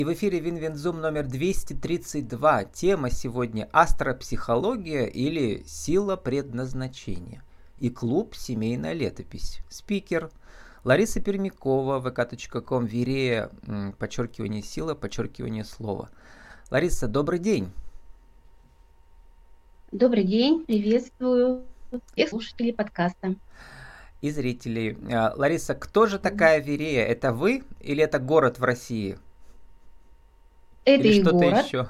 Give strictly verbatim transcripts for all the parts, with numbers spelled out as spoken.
И в эфире Винвинзум номер двести тридцать два. Тема сегодня астропсихология или сила предназначения. И клуб «Семейная летопись». Спикер Лариса Пермякова, вэ ка точка ком, Вирея, подчеркивание сила, подчеркивание слова. Лариса, добрый день. Добрый день, приветствую всех слушателей подкаста. И зрителей. Лариса, кто же такая Вирея? Это вы или это город в России? Это Или и что-то город. еще?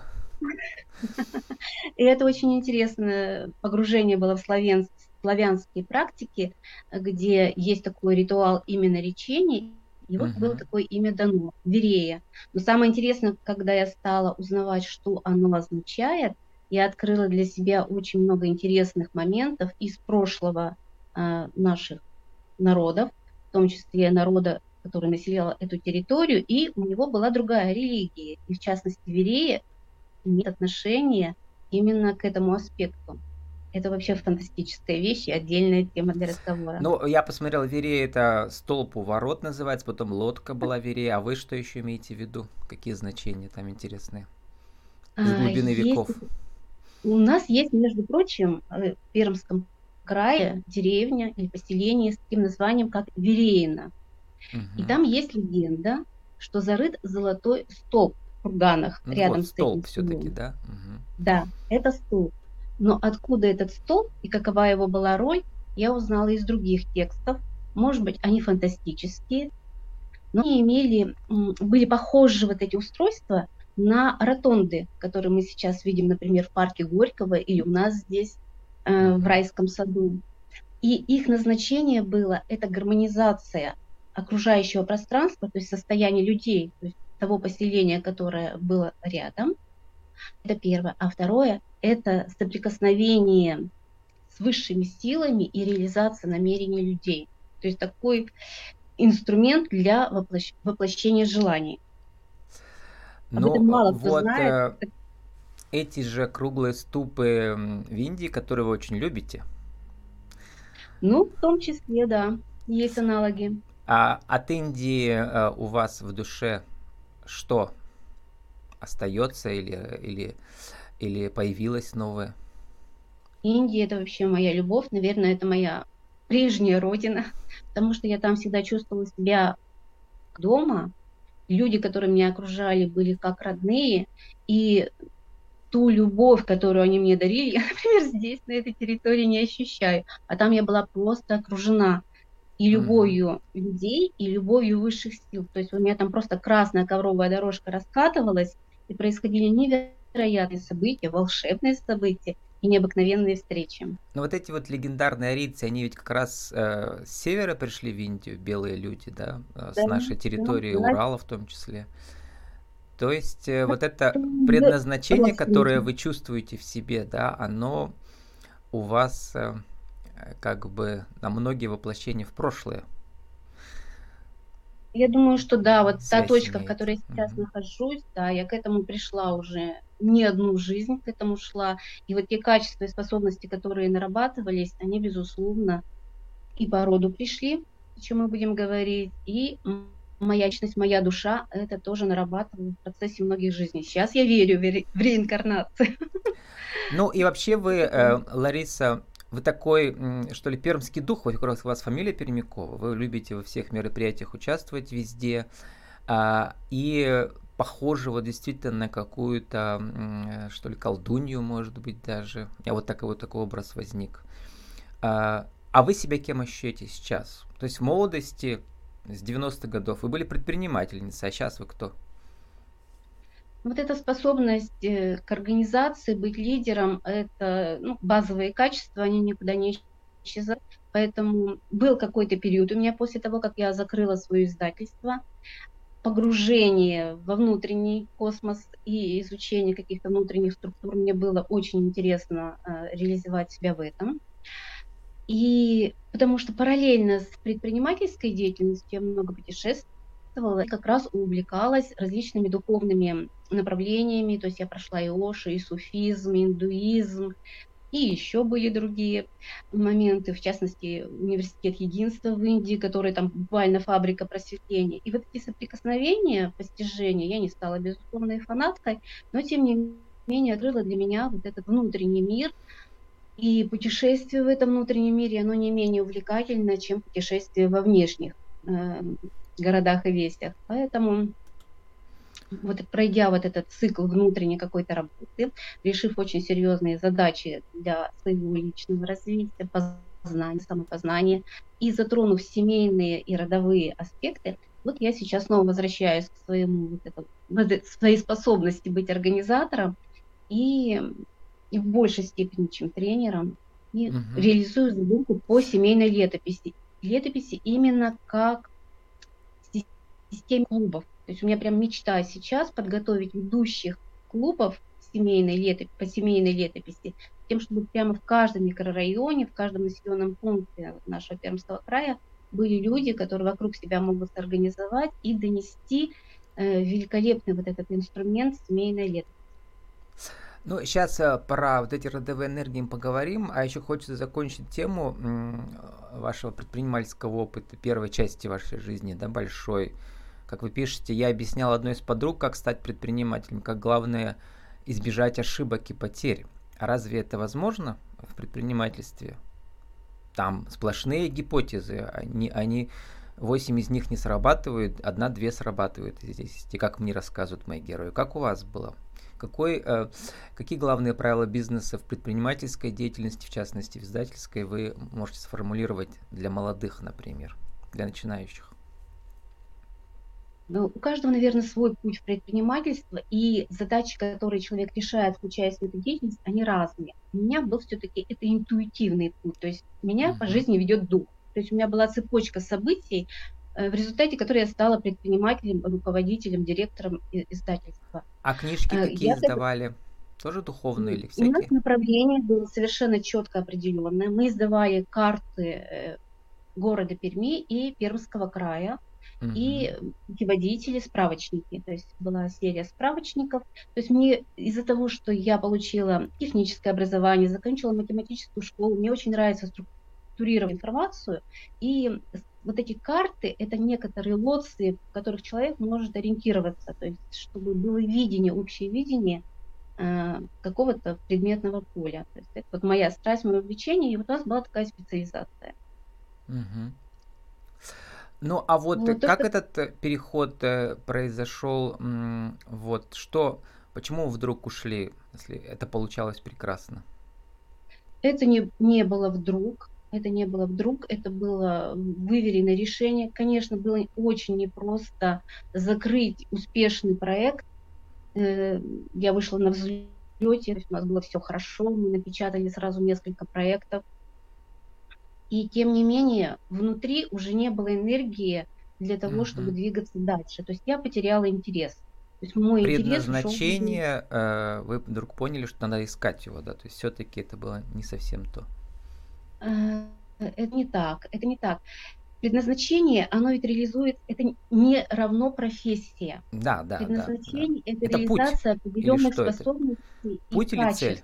И это очень интересное погружение было в славян... славянские практики, где есть такой ритуал именно речения. И вот было Мгм. такое имя дано, Вирея. Но самое интересное, когда я стала узнавать, что оно означает, я открыла для себя очень много интересных моментов из прошлого а, наших народов, в том числе народа, который населял эту территорию, и у него была другая религия. И в частности, Верея имеет отношение именно к этому аспекту. Это вообще фантастическая вещь и отдельная тема для разговора. Ну, я посмотрел, Вирея это столб у ворот называется, потом лодка была Вирея. А вы что еще имеете в виду? Какие значения там интересные? Из А, глубины есть, веков. у нас есть, между прочим, в Пермском крае деревня или поселение с таким названием, как Вереино. И Угу. там есть легенда, что зарыт золотой столб в курганах Ну вот, рядом с этим столб все-таки, селом. да? Угу. Да, это столб. Но откуда этот столб и какова его была роль, я узнала из других текстов. Может быть, они фантастические, но они имели, м, были похожи вот эти устройства на ротонды, которые мы сейчас видим, например, в парке Горького или у нас здесь э, в Угу. Райском саду. И их назначение было это гармонизация окружающего пространства, то есть состояние людей, то есть того поселения, которое было рядом. Это первое. А второе – это соприкосновение с высшими силами и реализация намерений людей. То есть такой инструмент для воплощ... воплощения желаний. Об Ну, этом э, мало кто вот знает. э, эти же круглые ступы м, в Индии, которые вы очень любите. Ну, в том числе, да, есть аналоги. А от Индии э, у вас в душе что остается или, или, или появилось новое? Индия – это вообще моя любовь, наверное, это моя прежняя родина, потому что я там всегда чувствовала себя дома. Люди, которые меня окружали, были как родные, и ту любовь, которую они мне дарили, я, например, здесь, на этой территории не ощущаю. А там я была просто окружена и Угу. любовью людей, и любовью высших сил. То есть у меня там просто красная ковровая дорожка раскатывалась, и происходили невероятные события, волшебные события и необыкновенные встречи. Ну вот эти вот легендарные арийцы, они ведь как раз э, с севера пришли в Индию, белые люди, да, э, Да, с нашей да, территории, да. Урала в том числе. То есть э, Да, вот это это предназначение, которое родственники. вы чувствуете в себе, да, оно у вас э, э, как бы на многие воплощения в прошлое Я думаю, что да, вот та связь точка, в имеет. которой я сейчас Мгм. нахожусь, да, я к этому пришла уже не одну жизнь, к этому шла. И вот те качества и способности, которые нарабатывались, они, безусловно, и по роду пришли, о чем мы будем говорить, и м, моя личность, моя душа это тоже нарабатывала в процессе многих жизней. Сейчас я верю в ре- в реинкарнацию. Ну и вообще вы, э, Лариса, вы такой, м, что ли, пермский дух, вот как раз у вас фамилия Пермякова, вы любите во всех мероприятиях участвовать везде, а, и похоже вот действительно на какую-то, м, э, что ли, колдунью, может быть, даже. У меня вот такой вот такой образ возник. А, а вы себя кем ощущаете сейчас? То есть в молодости, с девяностых годов, вы были предпринимательницей, а сейчас вы кто? Вот эта способность э, к организации, быть лидером, это ну, базовые качества, они никуда не исчезают. Поэтому был какой-то период у меня после того, как я закрыла свое издательство, погружение во внутренний космос и изучение каких-то внутренних структур. Мне было очень интересно э, реализовать себя в этом. И потому что параллельно с предпринимательской деятельностью я много путешествовала и как раз увлекалась различными духовными направлениями. То есть я прошла и Оши, и суфизм, и индуизм. И еще были другие моменты, в частности, университет единства в Индии, который там буквально фабрика просветления. И вот эти соприкосновения, постижения, я не стала безусловной фанаткой, но тем не менее открыла для меня вот этот внутренний мир. И путешествие в этом внутреннем мире, оно не менее увлекательно, чем путешествие во внешних э, городах и вестях. Поэтому вот пройдя вот этот цикл внутренней какой-то работы, решив очень серьезные задачи для своего личного развития, познания, самопознания, и затронув семейные и родовые аспекты, вот я сейчас снова возвращаюсь к своему вот этому, вот этой своей способности быть организатором и, и в большей степени, чем тренером, и Мгм. реализую задумку по семейной летописи. Летописи именно как системе клубов. То есть у меня прям мечта сейчас подготовить ведущих клубов семейной лето, по семейной летописи, тем, чтобы прямо в каждом микрорайоне, в каждом населенном пункте нашего Пермского края были люди, которые вокруг себя могут организовать и донести э, великолепный вот этот инструмент семейной летописи. Ну, сейчас про вот эти родовые энергии мы поговорим, а еще хочется закончить тему м, вашего предпринимательского опыта, первой части вашей жизни, да, большой. Как вы пишете, я объяснял одной из подруг, как стать предпринимателем, как главное избежать ошибок и потерь. А разве это возможно в предпринимательстве? Там сплошные гипотезы, они, они восемь из них не срабатывают, одна-две срабатывают здесь, и как мне рассказывают мои герои. Как у вас было? Какой, э, какие главные правила бизнеса в предпринимательской деятельности, в частности в издательской, вы можете сформулировать для молодых, например, для начинающих? Ну, у каждого, наверное, свой путь в предпринимательство, и задачи, которые человек решает, включаясь в эту деятельность, они разные. У меня был все-таки это интуитивный путь, то есть меня по Мгм. жизни ведет дух. То есть у меня была цепочка событий, э, в результате которой я стала предпринимателем, руководителем, директором и- издательства. А книжки Э, какие Я к этому- издавали? Тоже духовные или у нас всякие? направление было совершенно четко определенное. Мы издавали карты э, города Перми и Пермского края, Мгм. и путеводители, справочники. То есть была серия справочников. То есть мне из-за того, что я получила техническое образование, закончила математическую школу, мне очень нравится структурировать информацию. И вот эти карты — это некоторые лоции, в которых человек может ориентироваться, то есть чтобы было видение, общее видение э, какого-то предметного поля. То есть это вот моя страсть, мое увлечение, и вот у нас была такая специализация. Мгм. Ну, а вот э, Вот то, как что этот э, переход э, произошел? м, Вот что, почему вы вдруг ушли, если это получалось прекрасно? это не, не было вдруг, это не было вдруг, это было выверенное решение. Конечно, было очень непросто закрыть успешный проект. Э, Я вышла на взлете, то есть у нас было все хорошо, мы напечатали сразу несколько проектов. И тем не менее, внутри уже не было энергии для того, чтобы Мгм. двигаться дальше. То есть я потеряла интерес. То есть мой интерес ушел в другую. Предназначение, э, вы вдруг поняли, что надо искать его, да, то есть все-таки это было не совсем то. Э, Это не так, это не так. Предназначение, оно ведь реализует, это н- не равно профессия. Да, да, да, да. Предназначение — это Это путь реализация или определенных что это? способностей и Путь или цель? качеств.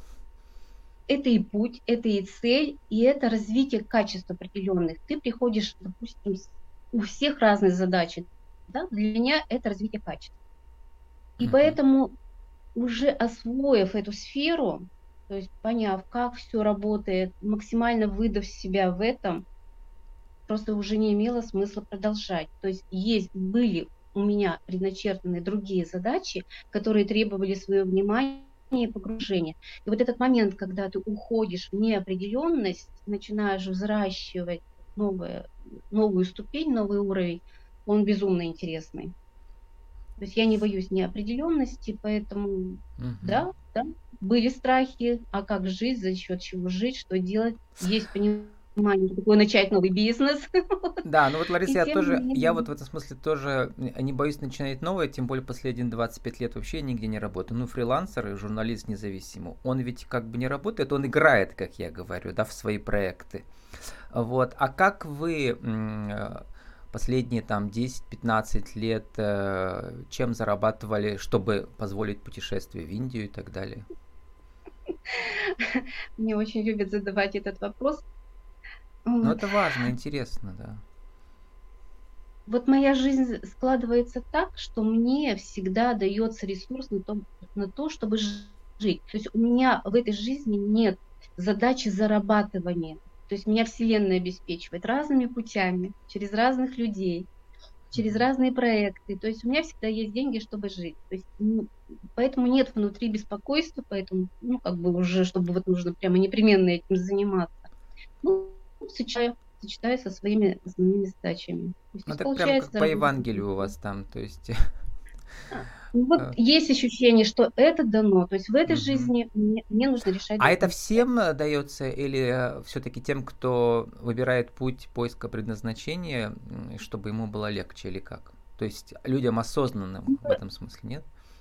Это и путь, это и цель, и это развитие качеств определенных. Ты приходишь, допустим, с- у всех разные задачи. Да? Для меня это развитие качеств. И Мгм. поэтому, уже освоив эту сферу, то есть поняв, как все работает, максимально выдав себя в этом, просто уже не имело смысла продолжать. То есть есть, были у меня предначертаны другие задачи, которые требовали своего внимания и погружения. И вот этот момент, когда ты уходишь в неопределенность, начинаешь взращивать новое, новую ступень, новый уровень, он безумно интересный. То есть я не боюсь неопределенности, поэтому Мгм. да, да, были страхи, а как жить, за счет чего жить, что делать. Есть понимание, что такое начать новый бизнес. Да, ну вот, Лариса, И я тем не тоже, я менее. вот в этом смысле тоже н- не боюсь начинать новое, тем более последние двадцать пять лет вообще нигде не работаю. Ну, фрилансер и журналист независимый, он ведь как бы не работает, он играет, как я говорю, да, в свои проекты. Вот, а как вы м, э, последние там десять-пятнадцать лет э, чем зарабатывали, чтобы позволить путешествие в Индию и так далее? Мне очень любят задавать этот вопрос. Но Вот. это важно, интересно, да. Вот моя жизнь складывается так, что мне всегда дается ресурс на то, на то, чтобы ж- жить. То есть у меня в этой жизни нет задачи зарабатывания. То есть меня Вселенная обеспечивает разными путями, через разных людей, через Мгм. разные проекты. То есть у меня всегда есть деньги, чтобы жить. То есть, ну, поэтому нет внутри беспокойства, поэтому, ну, как бы уже, чтобы вот нужно прямо непременно этим заниматься. Ну, сочетаю, сочетаю со своими основными задачами. То есть, Ну, если так прям как получается по работать. Евангелию у вас там, то есть... А, ну вот э, есть ощущение, что это дано. То есть в этой мгм. жизни мне, мне нужно решать А это другие задачи. всем э, дается или все-таки тем, кто выбирает путь поиска предназначения, м, чтобы ему было легче или как? То есть людям осознанным Ну, в этом смысле, нет?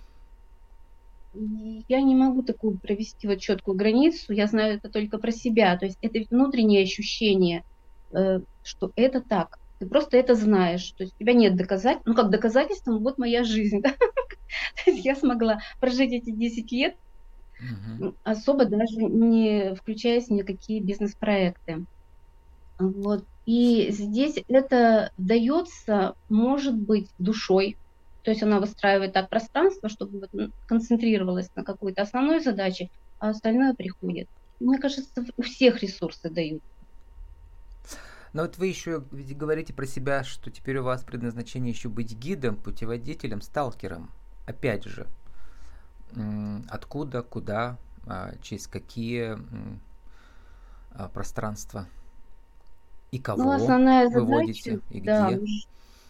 и я не могу такую провести вот четкую границу. Я знаю это только про себя. То есть это ведь внутреннее ощущение, э, что это так. Ты просто это знаешь. То есть у тебя нет доказательств. Ну, как доказательство, вот моя жизнь. Да? То есть я смогла прожить эти десять лет, Мгм. м, особо даже не включаясь ни в какие бизнес-проекты. Вот. И здесь это дается, может быть, душой. То есть она выстраивает так пространство, чтобы вот, м, концентрировалась на какой-то основной задаче, а остальное приходит. Мне кажется, у всех ресурсы дают. Но вот вы еще говорите про себя, что теперь у вас предназначение еще быть гидом, путеводителем, сталкером. Опять же, м, откуда, куда, а, через какие м, а, пространства и Но кого основная вы задача, водите и да, где. уж-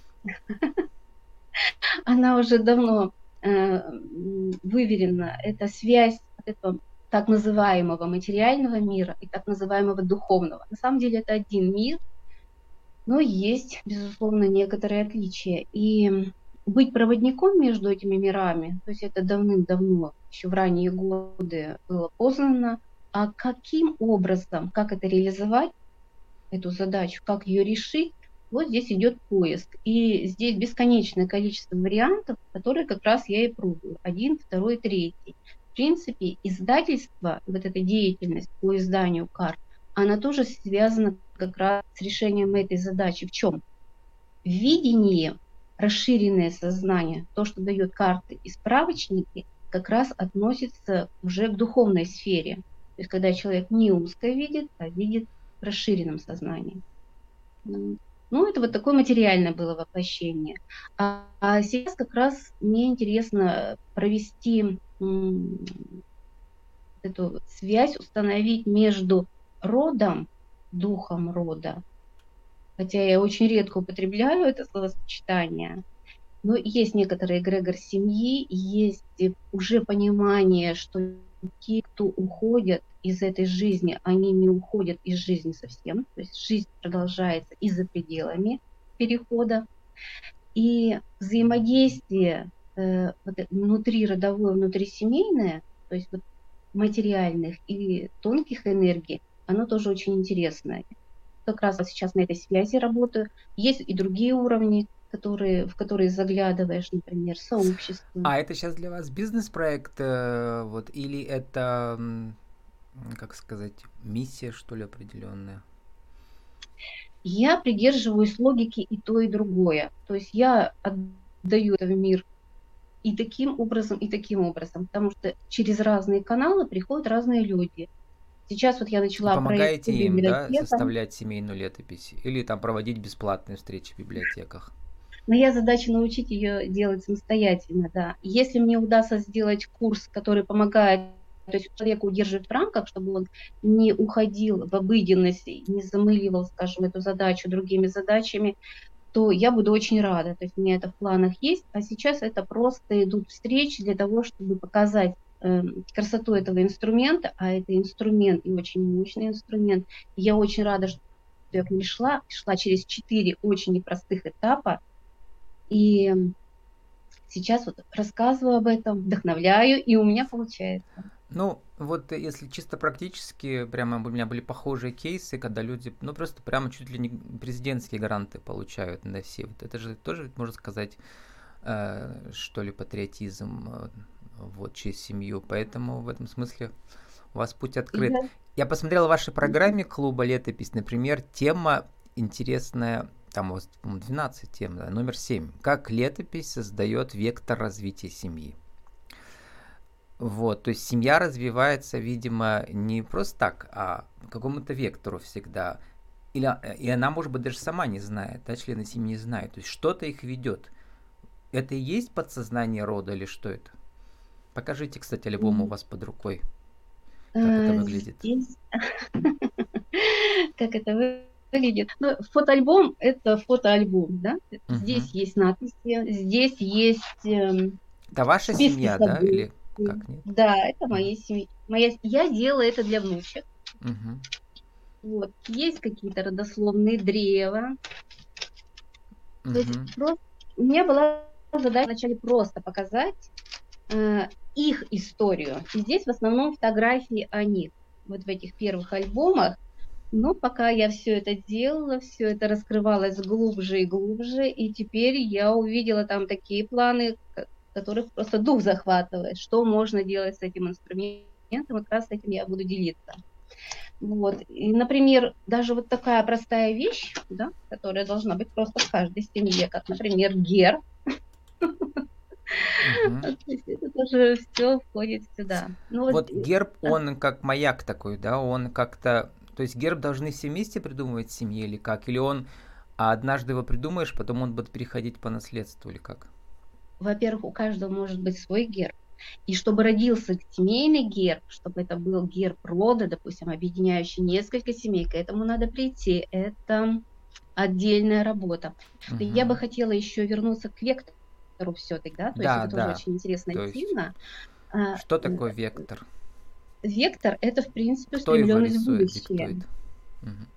она уже давно э, м, выверена. Это связь вот этого так называемого материального мира и так называемого духовного. На самом деле это один мир, но есть, безусловно, некоторые отличия. И быть проводником между этими мирами, то есть это давным-давно, еще в ранние годы было познано, а каким образом, как это реализовать, эту задачу, как ее решить, вот здесь идет поиск. И здесь бесконечное количество вариантов, которые как раз я и пробую. Один, второй, третий. В принципе, издательство, вот эта деятельность по изданию карт, она тоже связана как раз с решением этой задачи. В чем? Видение, расширенное сознание, то, что дает карты и справочники, как раз относится уже к духовной сфере. То есть когда человек не узко видит, а видит в расширенном сознании. М. Ну, это вот такое материальное было воплощение. А, а сейчас как раз мне интересно провести м, эту связь, установить между родом, духом рода, хотя я очень редко употребляю это словосочетание, но есть некоторый эгрегор семьи, есть э, уже понимание, что те, кто уходят из этой жизни, они не уходят из жизни совсем, то есть жизнь продолжается и за пределами перехода. И взаимодействие э, вот это внутриродовое, внутрисемейное, то есть вот материальных и тонких энергий, оно тоже очень интересное. Как раз вот сейчас на этой связи работаю. Есть и другие уровни, которые, в которые заглядываешь, например, сообщество. А это сейчас для вас бизнес-проект, э, вот, или это, м, как сказать, миссия, что ли, определенная? Я придерживаюсь логики и то, и другое. То есть я отдаю это в мир и таким образом, и таким образом, потому что через разные каналы приходят разные люди. Сейчас вот я И начала проект помогаете им, да, библиотека, составлять семейную летопись? Или там проводить бесплатные встречи в библиотеках? моя задача научить ее делать самостоятельно, да. Если мне удастся сделать курс, который помогает, то есть человека удерживать в рамках, чтобы он не уходил в обыденность, и не замыливал, скажем, эту задачу другими задачами, то я буду очень рада. То есть у меня это в планах есть, а сейчас это просто идут встречи для того, чтобы показать э, красоту этого инструмента, а это инструмент и очень мощный инструмент. И я очень рада, что я к ней шла, шла через четыре очень непростых этапа, и сейчас вот рассказываю об этом, вдохновляю, и у меня получается. Ну, вот э, если чисто практически, прямо у меня были похожие кейсы, когда люди, ну, просто прямо чуть ли не президентские гранты получают на все. Вот это же тоже, можно сказать, э, что ли, патриотизм, э, вот, через семью. Поэтому в этом смысле у вас путь открыт. Я Я посмотрел в вашей программе клуба «Летопись», например, тема интересная, там у вас, по-моему, двенадцать тем, да, номер семь. Как летопись создает вектор развития семьи. Вот, то есть семья развивается, видимо, не просто так, а по какому-то вектору всегда. Или, и она, может быть, даже сама не знает, да, члены семьи не знают. То есть что-то их ведет. Это и есть подсознание рода или что это? Покажите, кстати, альбом у м, вас под рукой, как это э, выглядит. здесь как это вы- выглядит. Ну, фотоальбом — это фотоальбом, да. Мгм. Здесь есть надписи, здесь есть эм, Это ваша списки семья, да, событий. или как нет? Да, это Мгм. моей семьи. Моя, я делала это для внучек. Мгм. Вот. Есть какие-то родословные древа. То есть Мгм. просто у меня была задача вначале просто показать э, их историю. И здесь в основном фотографии о них. Вот в этих первых альбомах. Но пока я все это делала, все это раскрывалось глубже и глубже, и теперь я увидела там такие планы, ко- которых просто дух захватывает. Что можно делать с этим инструментом, как раз с этим я буду делиться. Вот. И, например, даже вот такая простая вещь, да, которая должна быть просто в каждой семье, как, например, герб. Мгм. То есть это тоже все входит сюда. Ну вот, Вот э, герб, а, он как маяк такой, да, он как-то... То есть герб должны все вместе придумывать в семье или как? Или он а однажды его придумаешь, потом он будет переходить по наследству или как? во-первых, у каждого может быть свой герб. И чтобы родился семейный герб, чтобы это был герб рода, допустим, объединяющий несколько семей, к этому надо прийти. Это отдельная работа. Но я бы Мгм. хотела еще вернуться к вектору все-таки, да, то есть Да, это тоже да. очень интересная То есть, тема. А, что м, такое вектор? Вектор — это, в принципе, Кто его устремленность в рисует, будущее, диктует? Мгм.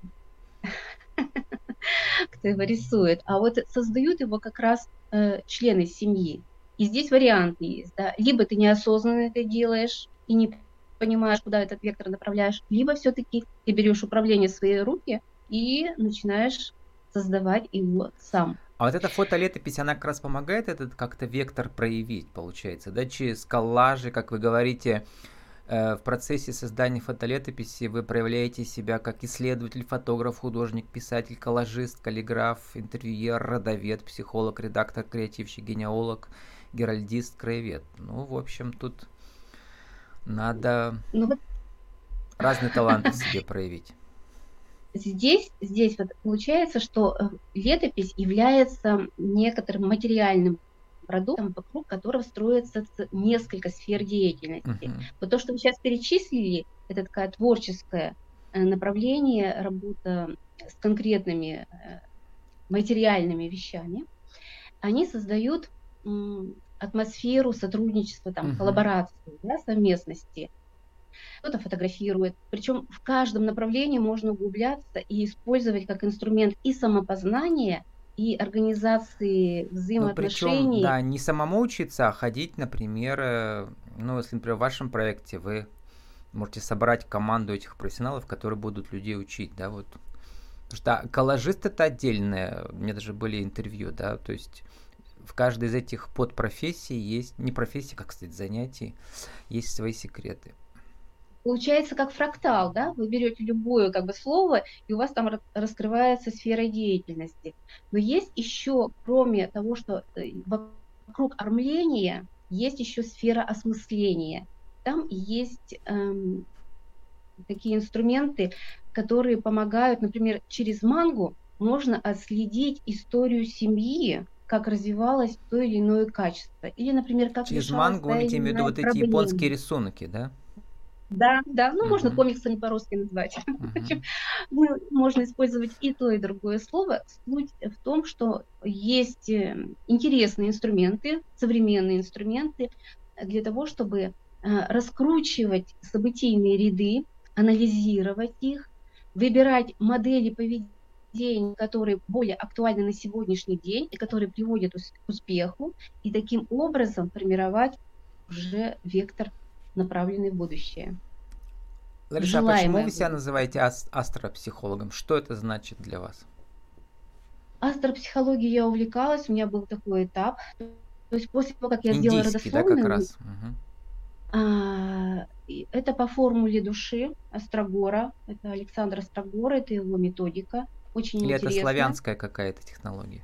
кто его рисует. А вот создают его как раз э, члены семьи. И здесь варианты есть. Да? Либо ты неосознанно это делаешь и не понимаешь, куда этот вектор направляешь, либо все-таки ты берешь управление в свои руки и начинаешь создавать его сам. А вот эта фотолетопись, она как раз помогает этот как-то вектор проявить, получается, да, через коллажи, как вы говорите, э, в процессе создания фотолетописи вы проявляете себя как исследователь, фотограф, художник, писатель, коллажист, каллиграф, интервьюер, родовед, психолог, редактор, креативщик, генеалог, геральдист, краевед. Ну, в общем, тут надо Ну вот разные таланты в себе проявить. здесь, здесь вот получается, что э, летопись является некоторым материальным продуктом, вокруг которого строится ц- несколько сфер деятельности. Мгм. Вот то, что вы сейчас перечислили, это такое творческое э, направление, работа с конкретными э, материальными вещами, они создают м, атмосферу сотрудничества, там, Мгм. коллаборации, да, совместности. Кто-то фотографирует. Причем в каждом направлении можно углубляться и использовать как инструмент и самопознания, и организации Ну, причем, взаимоотношений. да, не самому учиться, а ходить, например, э, ну, если, например, в вашем проекте вы можете собрать команду этих профессионалов, которые будут людей учить, да, вот. Потому что коллажист это отдельное, у меня даже были интервью, да, то есть в каждой из этих подпрофессий есть, не профессий, как сказать, занятий, есть свои секреты. Получается как фрактал, да? Вы берете любое как бы слово, и у вас там ра- раскрывается сфера деятельности. Но есть еще, кроме того, что э, вокруг ормления, есть еще сфера осмысления. Там есть эм, такие инструменты, которые помогают, например, через мангу можно отследить историю семьи, как развивалось то или иное качество, или, например, как Через решалась мангу та вы или имеете в виду иная вот эти японские проблема. рисунки, да? Да, да, ну можно Угу, комиксами по-русски назвать. В общем, угу, мы- можно использовать и то, и другое слово. Суть в том, что есть э, интересные инструменты, современные инструменты для того, чтобы э, раскручивать событийные ряды, анализировать их, выбирать модели поведения, которые более актуальны на сегодняшний день и которые приводят ус- к успеху, и таким образом формировать уже вектор, направленный в будущее, в Лариса, а почему желаемое вы себя будущее. называете ас- астропсихологом? Что это значит для вас? Астропсихологией я увлекалась, у меня был такой этап. То есть после того, как я сделала Индийский, да, как родословную, раз? Мгм. а, и это по формуле души Острогора. Это Александр Острогор, это его методика. Очень Или это интересная. славянская какая-то технология?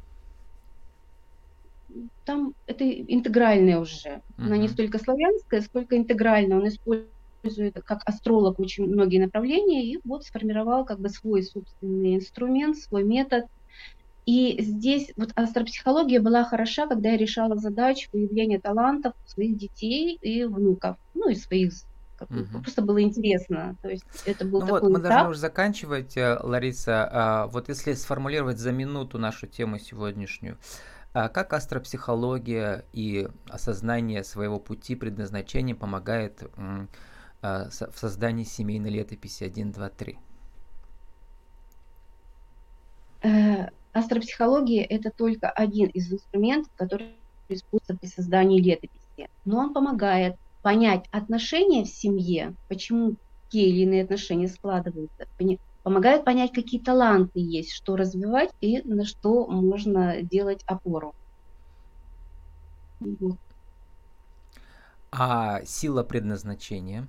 Там это интегральная уже. Она не Мгм. столько славянская, сколько интегральная. Он использует как астролог очень многие направления и вот сформировал как бы свой собственный инструмент, свой метод. И здесь вот астропсихология была хороша, когда я решала задачу выявления талантов своих детей и внуков, ну и своих, з- как бы, Мгм. просто было интересно. То есть это был Ну вот, мы такой должны этап. уже заканчивать, э, Лариса. А, Вот если сформулировать за минуту нашу тему сегодняшнюю, а как астропсихология и осознание своего пути, предназначения помогает м, а, со- в создании семейной летописи один, два, три? Э, Астропсихология — это только один из инструментов, который используется при создании летописи. Но он помогает понять отношения в семье, почему те или иные отношения складываются, пони- помогает понять, какие таланты есть, что развивать и на что можно делать опору. Вот. А сила предназначения?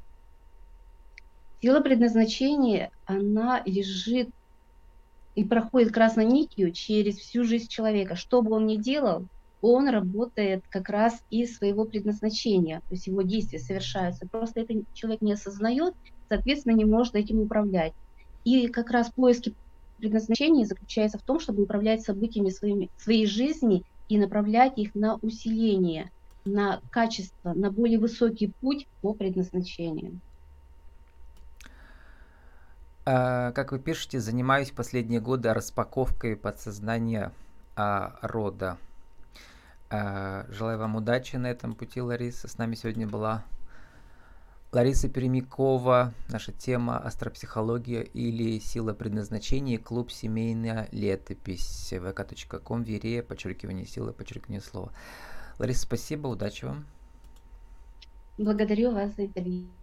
Сила предназначения, она лежит и проходит красной нитью через всю жизнь человека. Что бы он ни делал, он работает как раз из своего предназначения, то есть его действия совершаются. Просто это человек не осознает, соответственно, не может этим управлять. И как раз поиски предназначения заключается в том, чтобы управлять событиями своими, своей жизни и направлять их на усиление, на качество, на более высокий путь по предназначению. А, Как вы пишете, занимаюсь последние годы распаковкой подсознания а, рода. А, Желаю вам удачи на этом пути, Лариса. С нами сегодня была Лариса Перемякова. Наша тема — астропсихология или сила предназначения. Клуб «Семейная летопись». вэ ка точка ком, Верея, подчеркивание силы, подчеркивание слова. Лариса, спасибо, удачи вам. Благодарю вас за интервью.